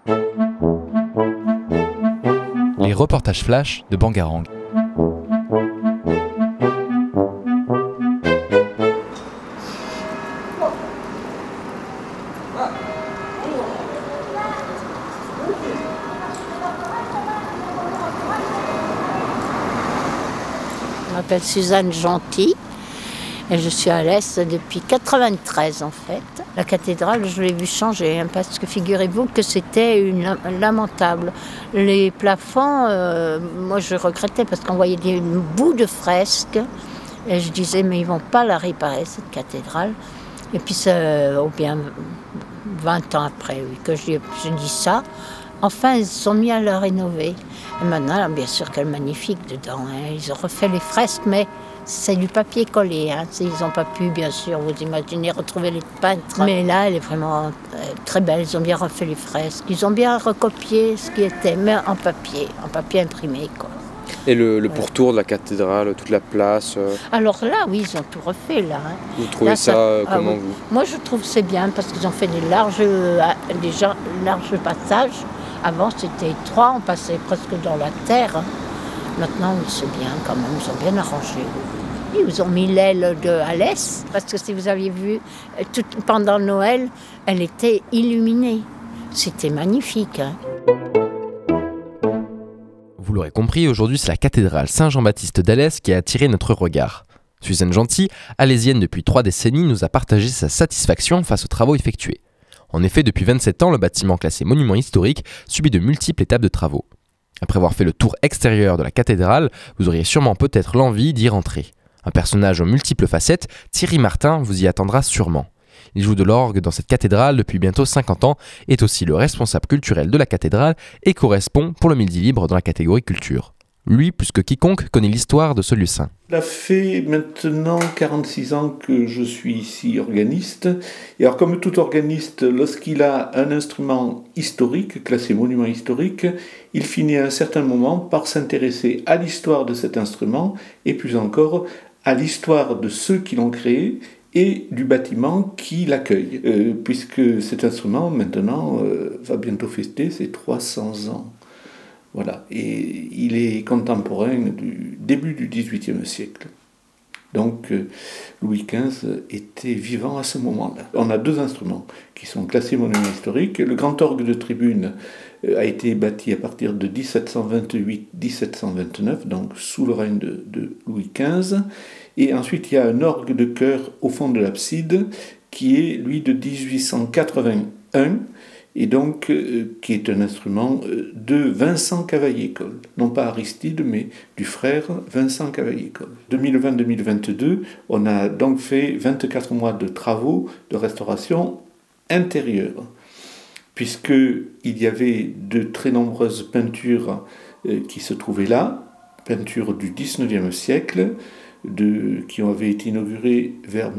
Les reportages flash de Bangarang. Je m'appelle Suzanne Gentil et je suis à l'Est depuis 1993 en fait. La cathédrale, je l'ai vue changer parce que figurez-vous que c'était lamentable. Les plafonds, moi je regrettais parce qu'on voyait des bouts de fresques et je disais mais ils vont pas la réparer cette cathédrale. Et puis ça, bien 20 ans après que je dis ça, enfin ils se sont mis à la rénover. Et maintenant, bien sûr qu'elle est magnifique dedans. Ils ont refait les fresques, mais c'est du papier collé. Ils n'ont pas pu, bien sûr, vous imaginez, retrouver les peintres. Mais là, elle est vraiment très belle. Ils ont bien refait les fresques. Ils ont bien recopié ce qui était, mais en papier imprimé, quoi. Et le pourtour de la cathédrale, toute la place Alors là, oui, ils ont tout refait, là. Vous trouvez ça comment, oui. vous ? Moi, je trouve que c'est bien, parce qu'ils ont fait des larges passages. Avant, c'était étroit, on passait presque dans la terre. Maintenant, oui, c'est bien quand même, ils ont bien arrangé. Ils ont mis l'aile de Alès, parce que si vous aviez vu, pendant Noël, elle était illuminée. C'était magnifique. Vous l'aurez compris, aujourd'hui c'est la cathédrale Saint-Jean-Baptiste d'Alès qui a attiré notre regard. Suzanne Gentil, alésienne depuis 3 décennies, nous a partagé sa satisfaction face aux travaux effectués. En effet, depuis 27 ans, le bâtiment classé monument historique subit de multiples étapes de travaux. Après avoir fait le tour extérieur de la cathédrale, vous auriez sûrement peut-être l'envie d'y rentrer. Un personnage aux multiples facettes, Thierry Martin vous y attendra sûrement. Il joue de l'orgue dans cette cathédrale depuis bientôt 50 ans, est aussi le responsable culturel de la cathédrale et correspond pour le Midi Libre dans la catégorie culture. Lui, plus que quiconque, connaît l'histoire de ce lieu saint. Ça fait maintenant 46 ans que je suis ici organiste. Et alors, comme tout organiste, lorsqu'il a un instrument historique, classé monument historique, il finit à un certain moment par s'intéresser à l'histoire de cet instrument et plus encore à l'histoire de ceux qui l'ont créé et du bâtiment qui l'accueille. Puisque cet instrument, maintenant, va bientôt fêter ses 300 ans. Voilà, et il est contemporain du début du XVIIIe siècle. Donc Louis XV était vivant à ce moment-là. On a 2 instruments qui sont classés monuments historiques. Le grand orgue de tribune a été bâti à partir de 1728-1729, donc sous le règne de Louis XV. Et ensuite, il y a un orgue de chœur au fond de l'abside qui est, lui, de 1881, et donc qui est un instrument de Vincent Cavaillé-Coll, non pas Aristide, mais du frère Vincent Cavaillé-Coll. 2020-2022, on a donc fait 24 mois de travaux de restauration intérieure, puisqu'il y avait de très nombreuses peintures qui se trouvaient là, peintures du XIXe siècle, qui avaient été inaugurées vers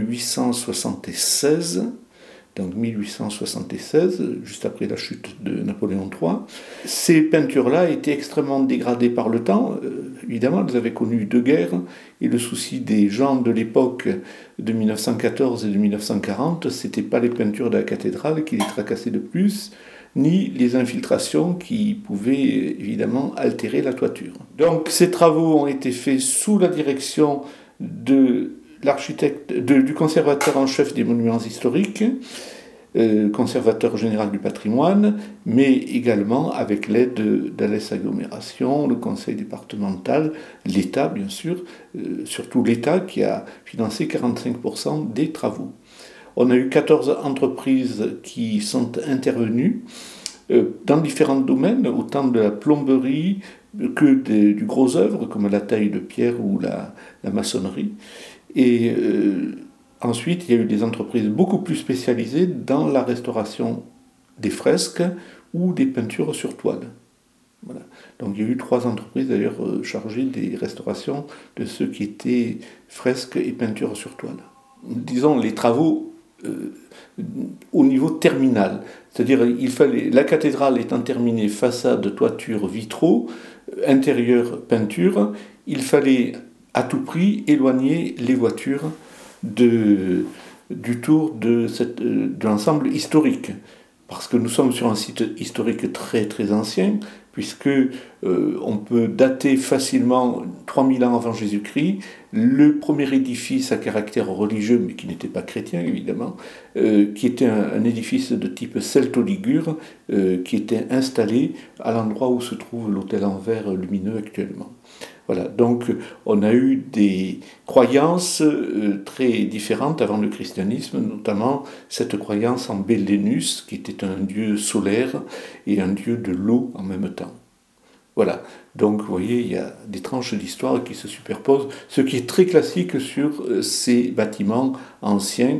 1876, donc 1876, juste après la chute de Napoléon III. Ces peintures-là étaient extrêmement dégradées par le temps. Évidemment, elles avaient connu 2 guerres, et le souci des gens de l'époque de 1914 et de 1940, c'était pas les peintures de la cathédrale qui les tracassaient de plus, ni les infiltrations qui pouvaient évidemment altérer la toiture. Donc ces travaux ont été faits sous la direction de l'architecte, du conservateur en chef des monuments historiques, conservateur général du patrimoine, mais également avec l'aide d'Alès Agglomération, le conseil départemental, l'État bien sûr, surtout l'État qui a financé 45% des travaux. On a eu 14 entreprises qui sont intervenues dans différents domaines, autant de la plomberie que du gros œuvre, comme la taille de pierre ou la maçonnerie. Et ensuite, il y a eu des entreprises beaucoup plus spécialisées dans la restauration des fresques ou des peintures sur toile. Voilà. Donc il y a eu 3 entreprises d'ailleurs chargées des restaurations de ce qui était fresques et peintures sur toile. Disons les travaux au niveau terminal, c'est-à-dire la cathédrale étant terminée, façade, toiture, vitraux, intérieur, peinture, il fallait à tout prix éloigner les voitures du tour de l'ensemble historique, parce que nous sommes sur un site historique très très ancien, puisque on peut dater facilement 3000 ans avant Jésus-Christ, le premier édifice à caractère religieux, mais qui n'était pas chrétien évidemment, qui était un édifice de type celto-ligure, qui était installé à l'endroit où se trouve l'hôtel en verre lumineux actuellement. Voilà, donc on a eu des croyances très différentes avant le christianisme, notamment cette croyance en Bellénus, qui était un dieu solaire et un dieu de l'eau en même temps. Voilà, donc vous voyez, il y a des tranches d'histoire qui se superposent, ce qui est très classique sur ces bâtiments anciens.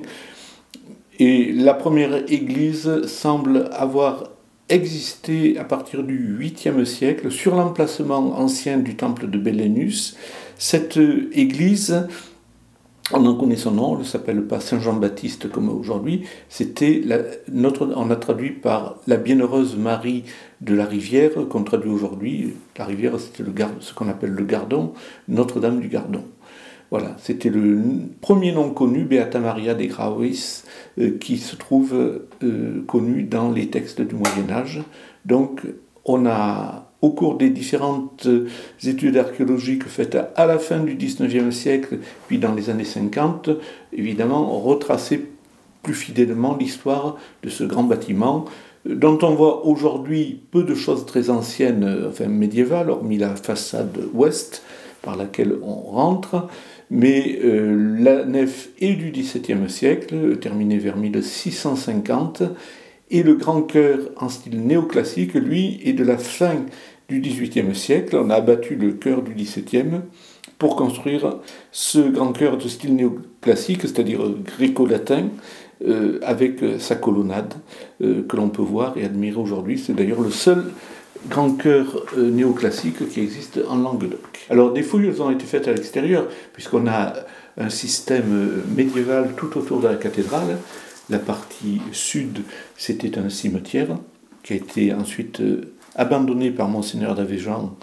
Et la première église semble avoir existé à partir du 8e siècle sur l'emplacement ancien du temple de Bellénus. Cette église, on en connaît son nom, elle ne s'appelle pas Saint-Jean-Baptiste comme aujourd'hui, on a traduit par la Bienheureuse Marie de la Rivière, qu'on traduit aujourd'hui. La Rivière, c'était ce qu'on appelle le Gardon, Notre-Dame du Gardon. Voilà, c'était le premier nom connu, Beata Maria de Gravis, qui se trouve connu dans les textes du Moyen-Âge. Donc, on a, au cours des différentes études archéologiques faites à la fin du XIXe siècle, puis dans les années 50, évidemment, retracé plus fidèlement l'histoire de ce grand bâtiment, dont on voit aujourd'hui peu de choses très anciennes, enfin médiévales, hormis la façade ouest par laquelle on rentre. Mais la nef est du XVIIe siècle, terminée vers 1650, et le grand chœur en style néoclassique, lui, est de la fin du XVIIIe siècle. On a abattu le chœur du XVIIe pour construire ce grand chœur de style néoclassique, c'est-à-dire gréco-latin, avec sa colonnade que l'on peut voir et admirer aujourd'hui. C'est d'ailleurs le seul grand chœur néoclassique qui existe en Languedoc. Alors des fouilles ont été faites à l'extérieur, puisqu'on a un système médiéval tout autour de la cathédrale. La partie sud, c'était un cimetière qui a été ensuite abandonné par Monseigneur d'Avéjan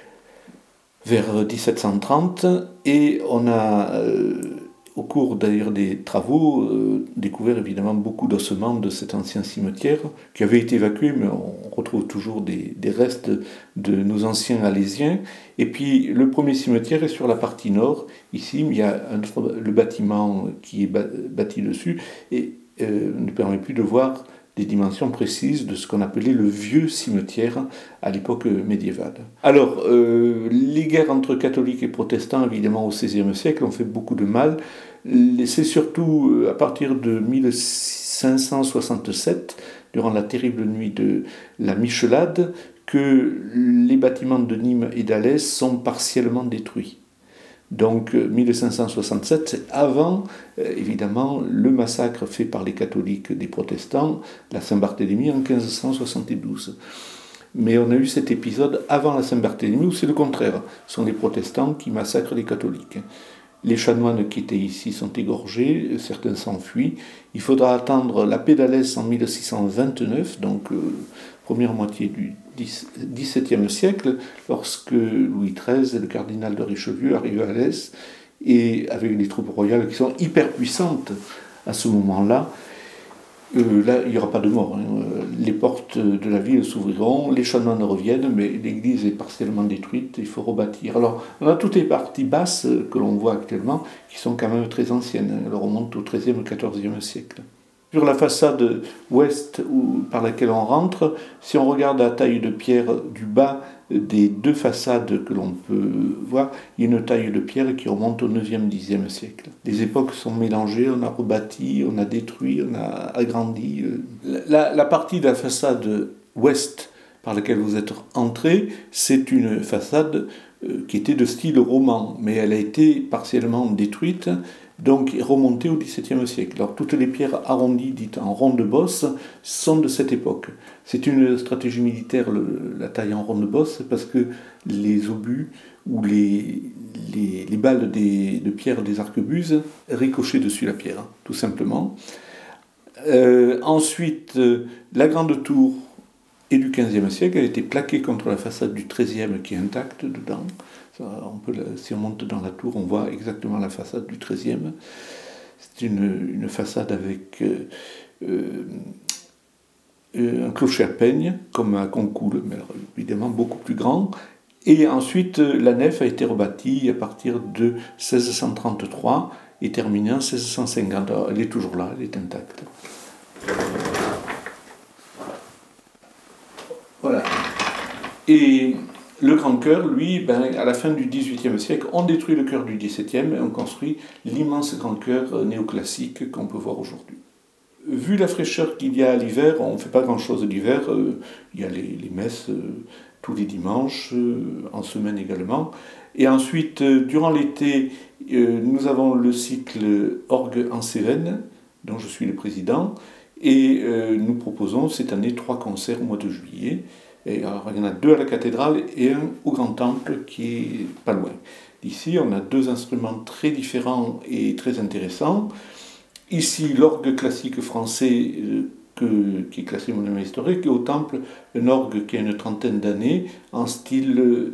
vers 1730, et on a au cours d'ailleurs des travaux, découvert évidemment beaucoup d'ossements de cet ancien cimetière qui avait été évacué, mais on retrouve toujours des restes de nos anciens Alésiens. Et puis le premier cimetière est sur la partie nord, ici, mais il y a le bâtiment qui est bâti dessus et ne permet plus de voir des dimensions précises de ce qu'on appelait le vieux cimetière à l'époque médiévale. Alors, les guerres entre catholiques et protestants, évidemment, au XVIe siècle, ont fait beaucoup de mal. C'est surtout à partir de 1567, durant la terrible nuit de la Michelade, que les bâtiments de Nîmes et d'Alès sont partiellement détruits. Donc 1567, c'est avant, évidemment, le massacre fait par les catholiques des protestants, la Saint-Barthélemy en 1572. Mais on a eu cet épisode avant la Saint-Barthélemy où c'est le contraire, ce sont les protestants qui massacrent les catholiques. Les chanoines qui étaient ici sont égorgés, certains s'enfuient. Il faudra attendre la paix d'Alès en 1629, donc première moitié du XVIIe siècle, lorsque Louis XIII et le cardinal de Richelieu arrivent à Alès, et avec les troupes royales qui sont hyper puissantes à ce moment-là. Là, il n'y aura pas de mort. Les portes de la ville s'ouvriront, les chanoines reviennent, mais l'église est partiellement détruite, il faut rebâtir. Alors, on a toutes les parties basses que l'on voit actuellement, qui sont quand même très anciennes. Elles remontent au XIIIe et XIVe siècle. Sur la façade ouest par laquelle on rentre, si on regarde la taille de pierre du bas des deux façades que l'on peut voir, il y a une taille de pierre qui remonte au 9e, 10e siècle. Les époques sont mélangées, on a rebâti, on a détruit, on a agrandi. La partie de la façade ouest par laquelle vous êtes entré, c'est une façade qui était de style roman, mais elle a été partiellement détruite, donc remontée au XVIIe siècle. Alors toutes les pierres arrondies, dites en ronde-bosse, sont de cette époque. C'est une stratégie militaire, la taille en ronde-bosse, parce que les obus ou les balles de pierre des arquebuses ricochaient dessus la pierre, tout simplement. Ensuite, la grande tour est du XVe siècle, elle a été plaquée contre la façade du XIIIe qui est intacte dedans. Si on monte dans la tour, on voit exactement la façade du XIIIe. C'est une façade avec un clocher à peigne, comme à Concoul, mais alors, évidemment beaucoup plus grand. Et ensuite, la nef a été rebâtie à partir de 1633 et terminée en 1650. Alors, elle est toujours là, elle est intacte. Voilà. Et le grand chœur, lui, à la fin du XVIIIe siècle, on détruit le chœur du XVIIe et on construit l'immense grand chœur néoclassique qu'on peut voir aujourd'hui. Vu la fraîcheur qu'il y a à l'hiver, on ne fait pas grand-chose l'hiver. Il y a les messes tous les dimanches, en semaine également. Et ensuite, durant l'été, nous avons le cycle Orgue en Cévennes, dont je suis le président. Et nous proposons cette année 3 concerts au mois de juillet. Et alors, il y en a 2 à la cathédrale et 1 au Grand Temple, qui est pas loin. Ici, on a 2 instruments très différents et très intéressants. Ici, l'orgue classique français qui est classé monument historique, et au Temple, un orgue qui a une trentaine d'années, en style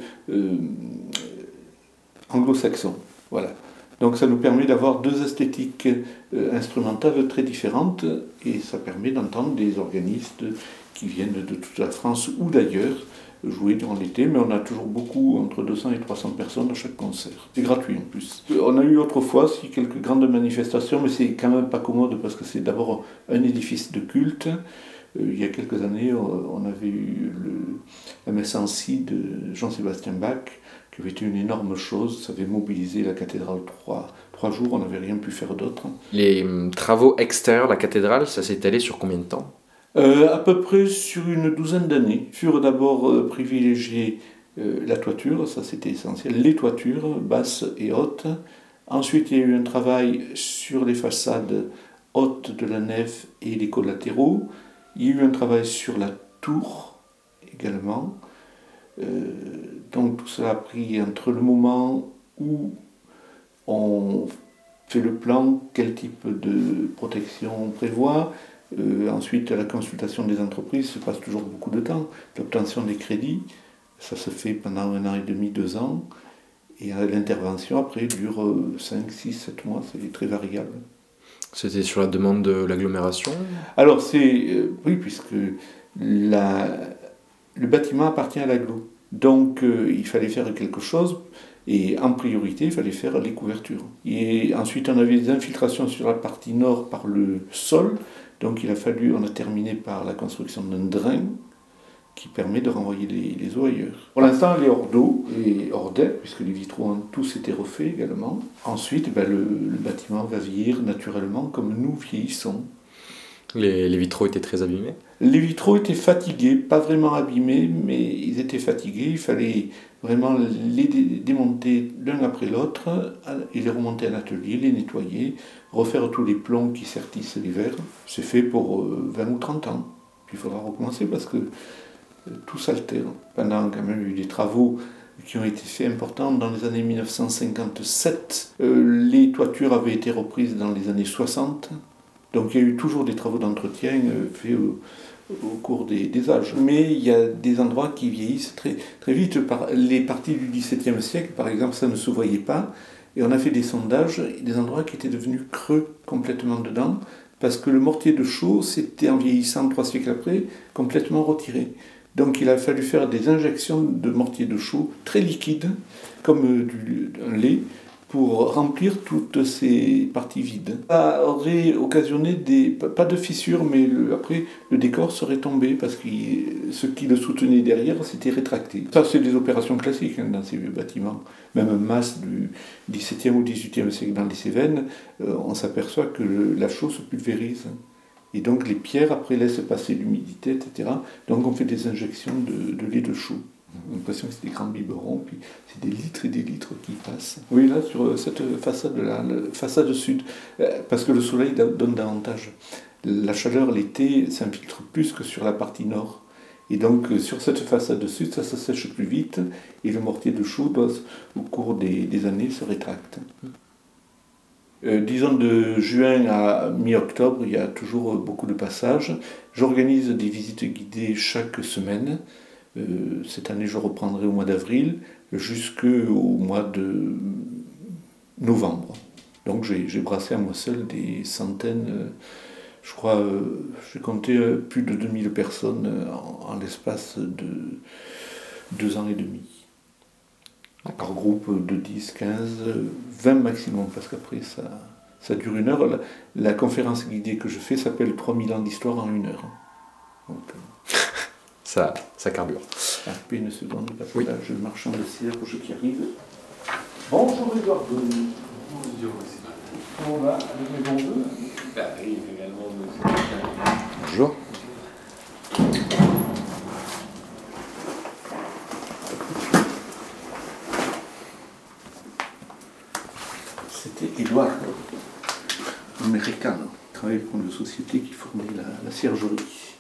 anglo-saxon. Voilà. Donc ça nous permet d'avoir 2 esthétiques instrumentales très différentes, et ça permet d'entendre des organistes qui viennent de toute la France ou d'ailleurs, jouer durant l'été, mais on a toujours beaucoup, entre 200 et 300 personnes à chaque concert. C'est gratuit en plus. On a eu autrefois aussi quelques grandes manifestations, mais c'est quand même pas commode parce que c'est d'abord un édifice de culte. Il y a quelques années, on avait eu la messe en si de Jean-Sébastien Bach, qui avait été une énorme chose. Ça avait mobilisé la cathédrale 3 jours, on n'avait rien pu faire d'autre. Les travaux extérieurs de la cathédrale, ça s'est étalé sur combien de temps ? À peu près sur une douzaine d'années. Furent d'abord privilégiés la toiture, ça c'était essentiel, les toitures basses et hautes. Ensuite, il y a eu un travail sur les façades hautes de la nef et les collatéraux. Il y a eu un travail sur la tour également. Donc tout cela a pris entre le moment où on fait le plan, quel type de protection on prévoit. Ensuite, la consultation des entreprises se passe toujours beaucoup de temps. L'obtention des crédits, ça se fait pendant 1 an et demi, 2 ans. Et l'intervention, après, dure 5, 6, 7 mois, c'est très variable. C'était sur la demande de l'agglomération ? Alors, oui, puisque le bâtiment appartient à l'agglo. Donc, il fallait faire quelque chose. Et en priorité, il fallait faire les couvertures. Et ensuite, on avait des infiltrations sur la partie nord par le sol. Donc on a terminé par la construction d'un drain qui permet de renvoyer les eaux ailleurs. Pour l'instant, elle est hors d'eau et hors d'air, puisque les vitraux ont tous été refaits également. Ensuite, le bâtiment va vieillir naturellement comme nous vieillissons. Les vitraux étaient très abîmés ? Les vitraux étaient fatigués, pas vraiment abîmés, mais ils étaient fatigués. Il fallait vraiment les démonter l'un après l'autre et les remonter à l'atelier, les nettoyer, refaire tous les plombs qui sertissent l'hiver. C'est fait pour 20 ou 30 ans. Puis il faudra recommencer parce que tout s'altère. Pendant quand même, il y a eu des travaux qui ont été faits importants dans les années 1957. Les toitures avaient été reprises dans les années 60. Donc il y a eu toujours des travaux d'entretien faits au cours des âges. Mais il y a des endroits qui vieillissent très, très vite. Les parties du XVIIe siècle, par exemple, ça ne se voyait pas. Et on a fait des sondages, des endroits qui étaient devenus creux complètement dedans, parce que le mortier de chaux s'était, en vieillissant 3 siècles après, complètement retiré. Donc il a fallu faire des injections de mortier de chaux très liquides, comme un lait, pour remplir toutes ces parties vides. Ça aurait occasionné pas de fissures, mais après le décor serait tombé parce que ce qui le soutenait derrière s'était rétracté. Ça, c'est des opérations classiques dans ces vieux bâtiments. Même un mas du XVIIe ou XVIIIe siècle dans les Cévennes, on s'aperçoit que la chaux se pulvérise. Et donc les pierres après laissent passer l'humidité, etc. Donc on fait des injections de lait de chaux. J'ai l'impression que c'est des grands biberons, puis c'est des litres et des litres qui passent. Oui, là, sur cette façade-là, la façade sud, parce que le soleil donne davantage. La chaleur, l'été, s'infiltre plus que sur la partie nord. Et donc, sur cette façade sud, ça se sèche plus vite, et le mortier de chaux, au cours des années, se rétracte. Disons de juin à mi-octobre, il y a toujours beaucoup de passages. J'organise des visites guidées chaque semaine. Cette année, je reprendrai au mois d'avril jusqu'au mois de novembre. Donc j'ai brassé à moi seul des centaines Je crois, j'ai compté plus de 2000 personnes en l'espace de 2 ans et demi. Par groupe de 10, 15, 20 maximum, parce qu'après ça dure 1 heure. La conférence guidée que je fais s'appelle 3000 ans d'histoire en 1 heure. Donc, ça carbure. Puis une seconde, parce que oui. là, j'ai le marchand de cierge qui arrive. Bonjour Edouard. Bonjour, On va avec mes bons voeux. arrive également monsieur. Bonjour. C'était Edouard, américain, qui travaillait pour une société qui fournit la ciergerie.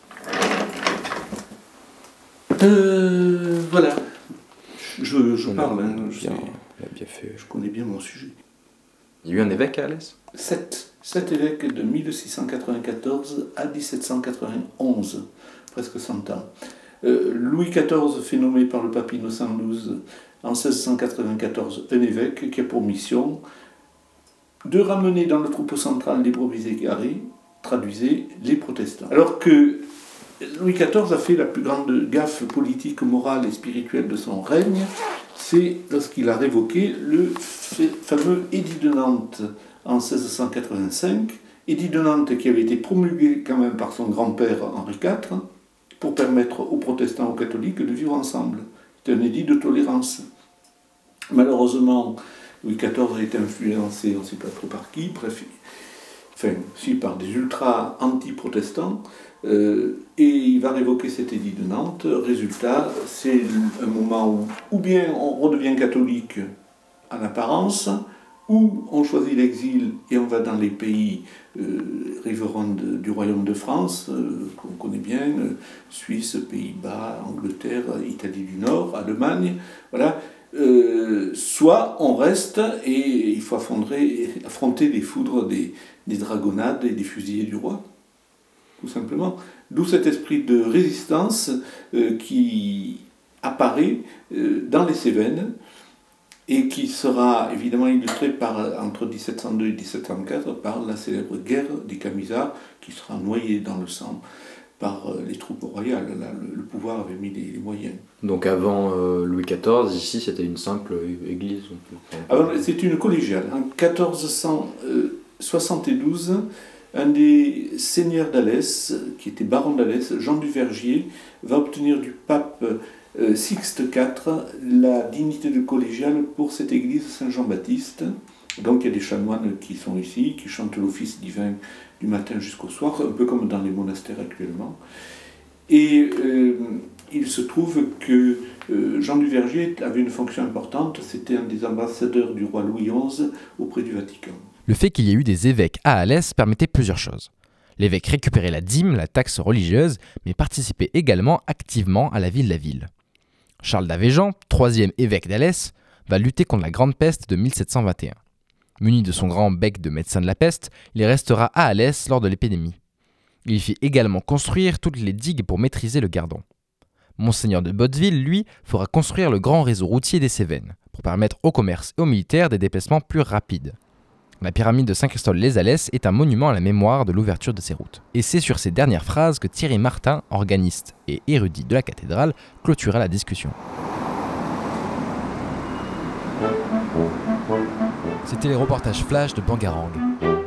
Voilà. Je parle, hein, bien fait. je connais bien mon sujet. Il y a eu un évêque à Alès ? 7 évêques de 1694 à 1791, presque 100 ans. Louis XIV fait nommer par le pape Innocent XII en 1694 un évêque qui a pour mission de ramener dans le troupeau central les brebis égarées, traduisez les protestants. Alors que Louis XIV a fait la plus grande gaffe politique, morale et spirituelle de son règne, c'est lorsqu'il a révoqué le fameux Édit de Nantes en 1685, Édit de Nantes qui avait été promulgué quand même par son grand-père Henri IV pour permettre aux protestants et aux catholiques de vivre ensemble. C'était un édit de tolérance. Malheureusement, Louis XIV a été influencé, on ne sait pas trop par qui, par des ultras anti-protestants, et il va révoquer cet édit de Nantes. Résultat, c'est un moment où bien on redevient catholique en apparence, ou on choisit l'exil et on va dans les pays riverains du royaume de France, qu'on connaît bien, Suisse, Pays-Bas, Angleterre, Italie du Nord, Allemagne, voilà. Soit on reste et il faut affronter les foudres des dragonnades et des fusillés du roi, tout simplement. D'où cet esprit de résistance qui apparaît dans les Cévennes et qui sera évidemment illustré entre 1702 et 1704 par la célèbre guerre des Camisards qui sera noyée dans le sang par les troupes royales. Là, le pouvoir avait mis les moyens. Donc avant Louis XIV, ici c'était une simple église. C'est une collégiale. En 1472, un des seigneurs d'Alès, qui était baron d'Alès, Jean du Vergier, va obtenir du pape Sixte IV la dignité de collégiale pour cette église Saint-Jean-Baptiste. Donc il y a des chanoines qui sont ici, qui chantent l'office divin du matin jusqu'au soir, un peu comme dans les monastères actuellement. Et il se trouve que Jean du Vergier avait une fonction importante, c'était un des ambassadeurs du roi Louis XI auprès du Vatican. Le fait qu'il y ait eu des évêques à Alès permettait plusieurs choses. L'évêque récupérait la dîme, la taxe religieuse, mais participait également activement à la vie de la ville. Charles d'Avéjan, 3e évêque d'Alès, va lutter contre la grande peste de 1721. Muni de son grand bec de médecin de la peste, il restera à Alès lors de l'épidémie. Il fit également construire toutes les digues pour maîtriser le Gardon. Monseigneur de Botteville, lui, fera construire le grand réseau routier des Cévennes, pour permettre au commerce et aux militaires des déplacements plus rapides. La pyramide de Saint-Christol-les-Alès est un monument à la mémoire de l'ouverture de ces routes. Et c'est sur ces dernières phrases que Thierry Martin, organiste et érudit de la cathédrale, clôtura la discussion. C'était les reportages flash de Bangarang.